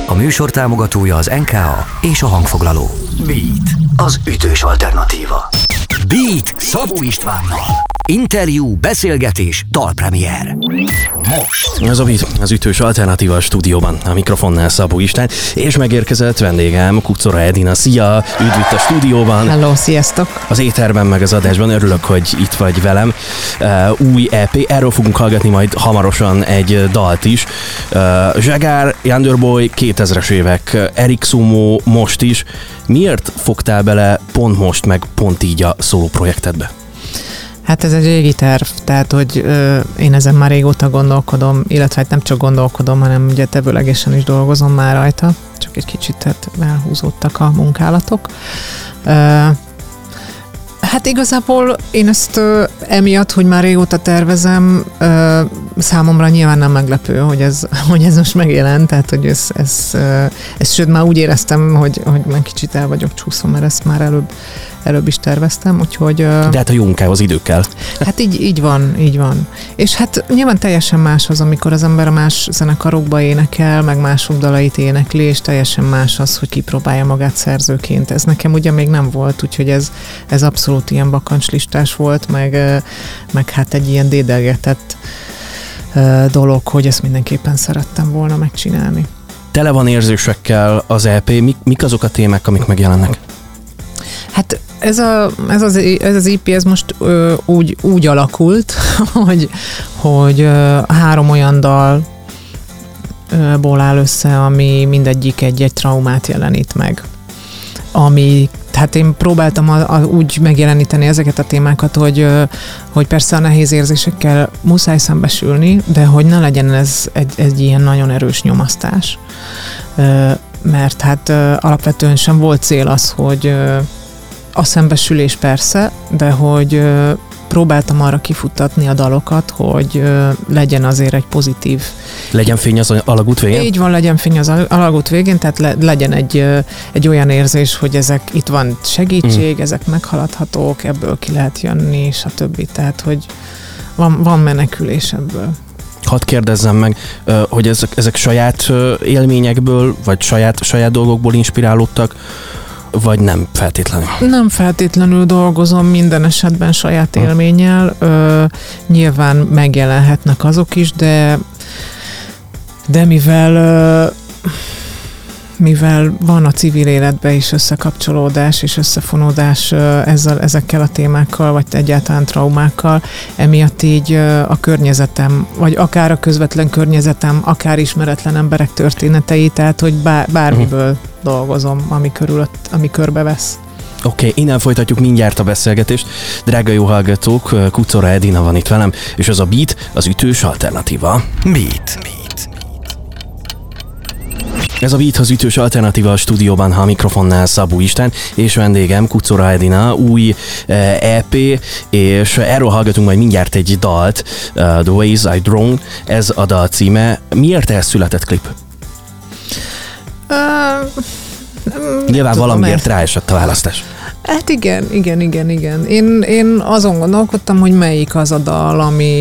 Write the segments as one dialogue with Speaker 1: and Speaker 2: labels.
Speaker 1: A műsor támogatója az NKA és a hangfoglaló. Beat, az ütős alternatíva. Beat Szabó Istvánnal. Interjú, beszélgetés, dalpremier. Most.
Speaker 2: Ez a Beat, az ütős alternatíva a stúdióban. A mikrofonnál Szabó István, és megérkezett vendégem, Kuczora Edina. Szia, üdv itt a stúdióban.
Speaker 3: Hello, sziasztok.
Speaker 2: Az éterben meg az adásban, örülök, hogy itt vagy velem. Új EP, erről fogunk hallgatni majd hamarosan egy dalt is. Zsagár, Yandurboy, 2000-es évek, Eric Sumo most is. Miért fogtál bele pont most, meg pont így a szóló projektedbe?
Speaker 3: Hát ez egy régi terv, tehát hogy én ezen már régóta gondolkodom, illetve nem csak gondolkodom, hanem ugye tevőlegesen is dolgozom már rajta, csak egy kicsit elhúzódtak a munkálatok. Hát igazából én ezt emiatt, hogy már régóta tervezem, számomra nyilván nem meglepő, hogy ez most megjelent, tehát hogy ez sőt már úgy éreztem, hogy már kicsit el vagyok csúszva, mert ezt már előbb is terveztem, úgyhogy...
Speaker 2: De hát a jó munkához idő kell.
Speaker 3: Hát így van. És hát nyilván teljesen más az, amikor az ember más zenekarokba énekel, meg mások dalait énekli, és teljesen más az, hogy kipróbálja magát szerzőként. Ez nekem ugye még nem volt, úgyhogy ez abszolút ilyen bakancslistás volt, meg hát egy ilyen dédelgetett dolog, hogy ezt mindenképpen szerettem volna megcsinálni.
Speaker 2: Tele van érzésekkel az EP, mik azok a témák, amik megjelennek?
Speaker 3: Hát ez az EP ez most úgy alakult, hogy 3 olyan dalból áll össze, ami mindegyik egy traumát jelenít meg. Hát én próbáltam úgy megjeleníteni ezeket a témákat, hogy persze a nehéz érzésekkel muszáj szembesülni, de hogy ne legyen ez egy ilyen nagyon erős nyomasztás. Mert hát alapvetően sem volt cél az, hogy a szembesülés persze, de hogy próbáltam arra kifutatni a dalokat, hogy legyen azért egy pozitív...
Speaker 2: Legyen fény az alagút végén?
Speaker 3: Így van, legyen fény az alagút végén, tehát legyen egy olyan érzés, hogy itt van segítség, ezek meghaladhatók, ebből ki lehet jönni, és a többi. Tehát, hogy van menekülés ebből.
Speaker 2: Hadd kérdezzem meg, hogy ezek saját élményekből, vagy saját dolgokból inspirálódtak, vagy nem feltétlenül? Nem
Speaker 3: feltétlenül dolgozom minden esetben saját élménnyel. Nyilván megjelenhetnek azok is, de mivel van a civil életben is összekapcsolódás és összefonódás ezekkel a témákkal, vagy egyáltalán traumákkal, emiatt így a környezetem, vagy akár a közvetlen környezetem, akár ismeretlen emberek történetei, tehát hogy bármiből dolgozom, ami körbevesz.
Speaker 2: Oké, innen folytatjuk mindjárt a beszélgetést. Drága jó hallgatók, Kuczora Edina van itt velem, és az a Beat, az ütős alternatíva.
Speaker 1: Beat.
Speaker 2: Ez a Beat, az ütős alternatíva a stúdióban, a mikrofonnál Szabó István, és vendégem Kuczora Edina, új EP, és erről hallgatunk majd mindjárt egy dalt, The Ways I Drown, ez a dal címe. Miért ehhez született klip? Nyilván valamiért ráesett a választás.
Speaker 3: Hát igen. Én azon gondolkodtam, hogy melyik az a dal,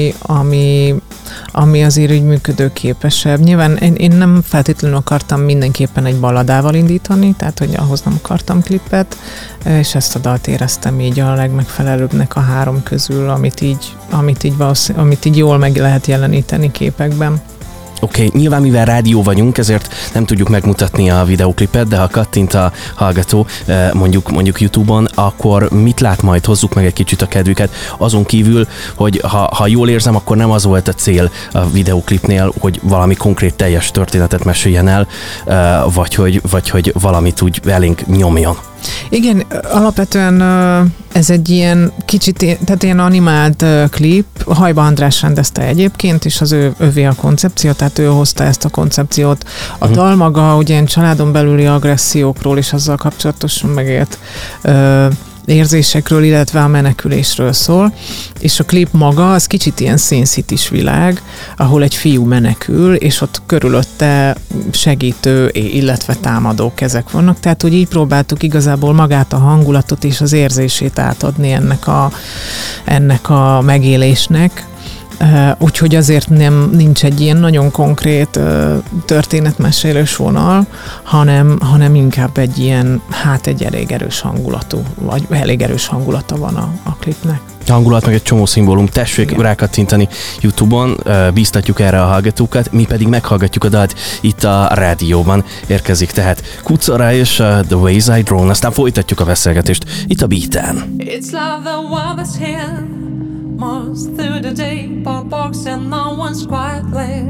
Speaker 3: ami azért úgy működőképesebb. Nyilván én nem feltétlenül akartam mindenképpen egy balladával indítani, tehát hogy ahhoz nem akartam klipet, és ezt a dalt éreztem így a legmegfelelőbbnek a 3 közül, amit így jól meg lehet jeleníteni képekben.
Speaker 2: Oké, nyilván mivel rádió vagyunk, ezért nem tudjuk megmutatni a videóklipet, de ha kattint a hallgató mondjuk YouTube-on, akkor mit lát majd? Hozzuk meg egy kicsit a kedvüket. Azon kívül, hogy ha jól érzem, akkor nem az volt a cél a videóklipnél, hogy valami konkrét teljes történetet meséljen el, vagy hogy valamit úgy elénk nyomjon.
Speaker 3: Igen, alapvetően ez egy ilyen kicsit, tehát ilyen animált klip, Hajba András rendezte egyébként, és az ővé a koncepció, tehát ő hozta ezt a koncepciót. A dal maga ugye családon belüli agressziókról és azzal kapcsolatosan megélt érzésekről, illetve a menekülésről szól, és a klip maga az kicsit ilyen Sin City-s világ, ahol egy fiú menekül, és ott körülötte segítő, illetve támadó kezek vannak, tehát hogy így próbáltuk igazából magát a hangulatot és az érzését átadni ennek a megélésnek, Úgyhogy azért nincs egy ilyen nagyon konkrét történetmesélős vonal, hanem inkább egy ilyen, egy elég erős hangulatú, vagy elég erős hangulata van a klipnek.
Speaker 2: Hangulat, meg egy csomó szimbólum. Tessék rákattintani YouTube-on, bíztatjuk erre a hallgatókat, mi pedig meghallgatjuk a dalt itt a rádióban. Érkezik tehát Kucora és The Ways I Drone, aztán folytatjuk a beszélgetést itt a Beaten.
Speaker 4: It's like the world is here, most through the day, pop box and no one's quite there.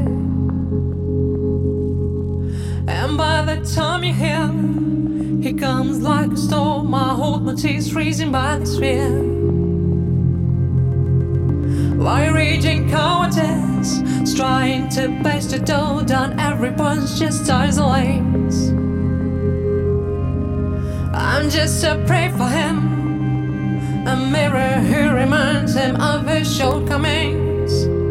Speaker 4: And by the time you're here, he comes like a storm, I hold my teeth freezing by this fear. Why raging cowardice, trying to paste the dough down every punch, just isolates. I'm just a prey for him, a mirror who reminds him of his shortcomings.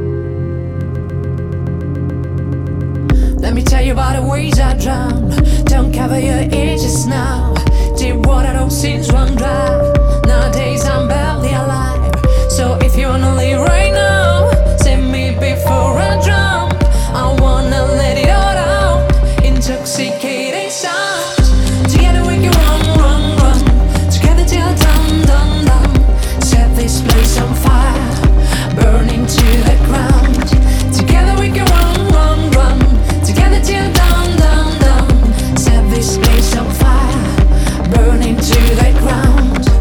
Speaker 4: Let me tell you about the ways I drown. Don't cover your ages now. Deep water, those scenes run dry. Nowadays I'm barely alive. So if you wanna leave right now, save me before I drown. I wanna let it all out. Intoxicating sounds. Together we can run. Together till done. Set this place on fire, burning to the ground. Together we can run. Together till done. Set this place on fire, burning to the ground.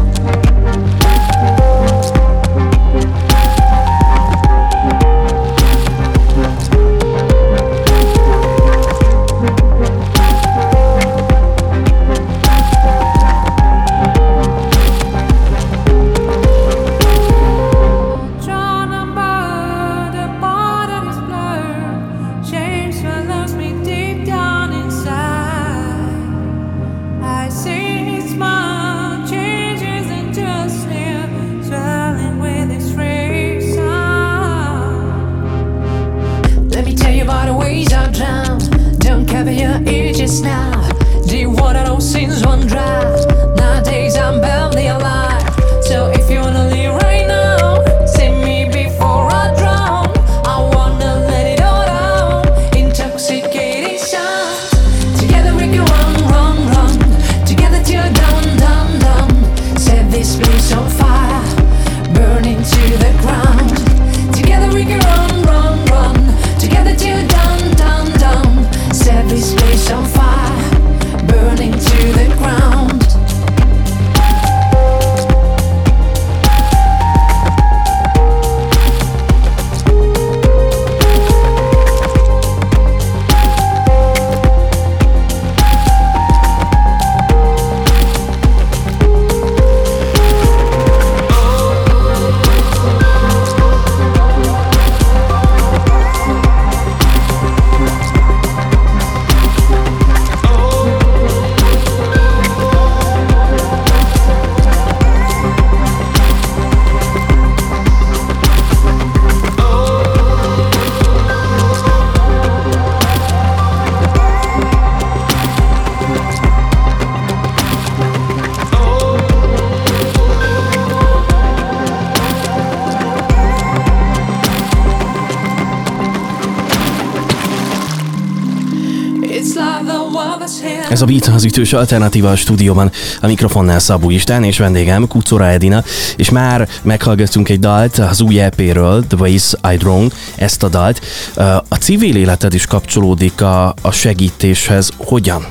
Speaker 2: Ez a Beat, az ütős alternatíva a stúdióban, a mikrofonnál Szabó István és vendégem Kucora Edina, és már meghallgattunk egy dalt az új EP-ről, The Ways I Drone, ezt a dalt. A civil életed is kapcsolódik a segítéshez. Hogyan?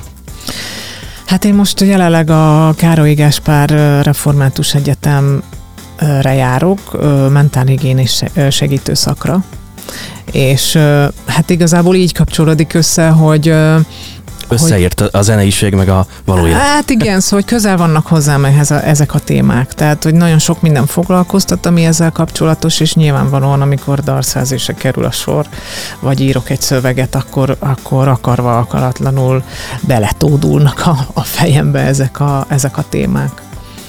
Speaker 3: Hát én most jelenleg a Károly Gáspár Református Egyetemre járok, mentálhigiénés segítő szakra, és hát igazából így kapcsolódik össze, hogy
Speaker 2: összeért a zeneiség meg a való élet.
Speaker 3: Hát igen, szóval közel vannak hozzám ezek a témák. Tehát, hogy nagyon sok minden foglalkoztat, ami ezzel kapcsolatos, és nyilvánvalóan, amikor dalszerzésre kerül a sor, vagy írok egy szöveget, akkor akarva akaratlanul beletódulnak a fejembe ezek a témák.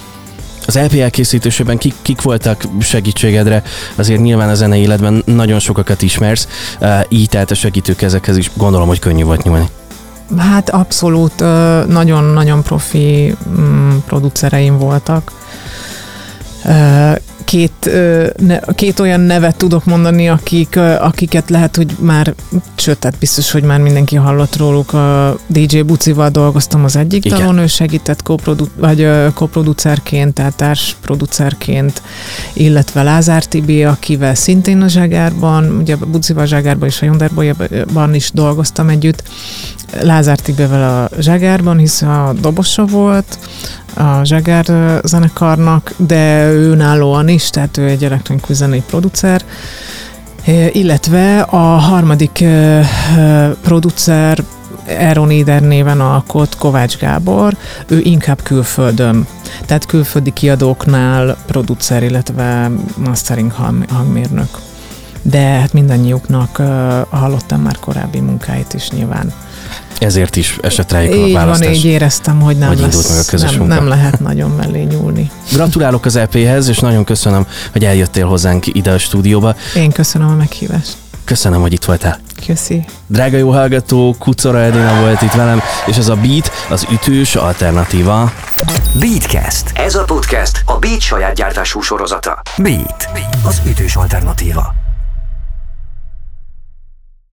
Speaker 2: Az LP elkészítésében kik voltak segítségedre? Azért nyilván a zenei életben nagyon sokakat ismersz, így tehát a segítők ezekhez is gondolom, hogy könnyű volt nyúlni.
Speaker 3: Hát abszolút nagyon-nagyon profi producereim voltak. két olyan nevet tudok mondani, akiket lehet, hogy már, sőt, tehát biztos, hogy már mindenki hallott róluk. A DJ Bucival dolgoztam az egyik dalon, ő segített koproducerként, tehát társproducerként, illetve Lázár Tibi, akivel szintén a Zságárban, ugye a Bucival a Zságárban és a Yonderbolyban is dolgoztam együtt. Lázár Tibivel a Zságárban, hiszen a dobosa volt a Zságár zenekarnak, de ő önállóan is, tehát ő egy elektronikus zenei producer, illetve a harmadik producer Aaron Eder néven alkot Kovács Gábor, ő inkább külföldön, tehát külföldi kiadóknál producer, illetve mastering hangmérnök. De hát mindannyiuknak hallottam már korábbi munkáit is nyilván.
Speaker 2: Ezért is esett rájuk a választás.
Speaker 3: Így van, így éreztem, hogy nem
Speaker 2: nem
Speaker 3: lehet nagyon mellé nyúlni.
Speaker 2: Gratulálok az EP-hez, és nagyon köszönöm, hogy eljöttél hozzánk ide a stúdióba.
Speaker 3: Én köszönöm a meghívást.
Speaker 2: Köszönöm, hogy itt voltál.
Speaker 3: Köszi.
Speaker 2: Drága jó hallgató, Kuczora Edina volt itt velem, és ez a Beat, az ütős alternatíva.
Speaker 1: Beatcast. Ez a podcast a Beat saját gyártású sorozata. Beat, az ütős alternatíva.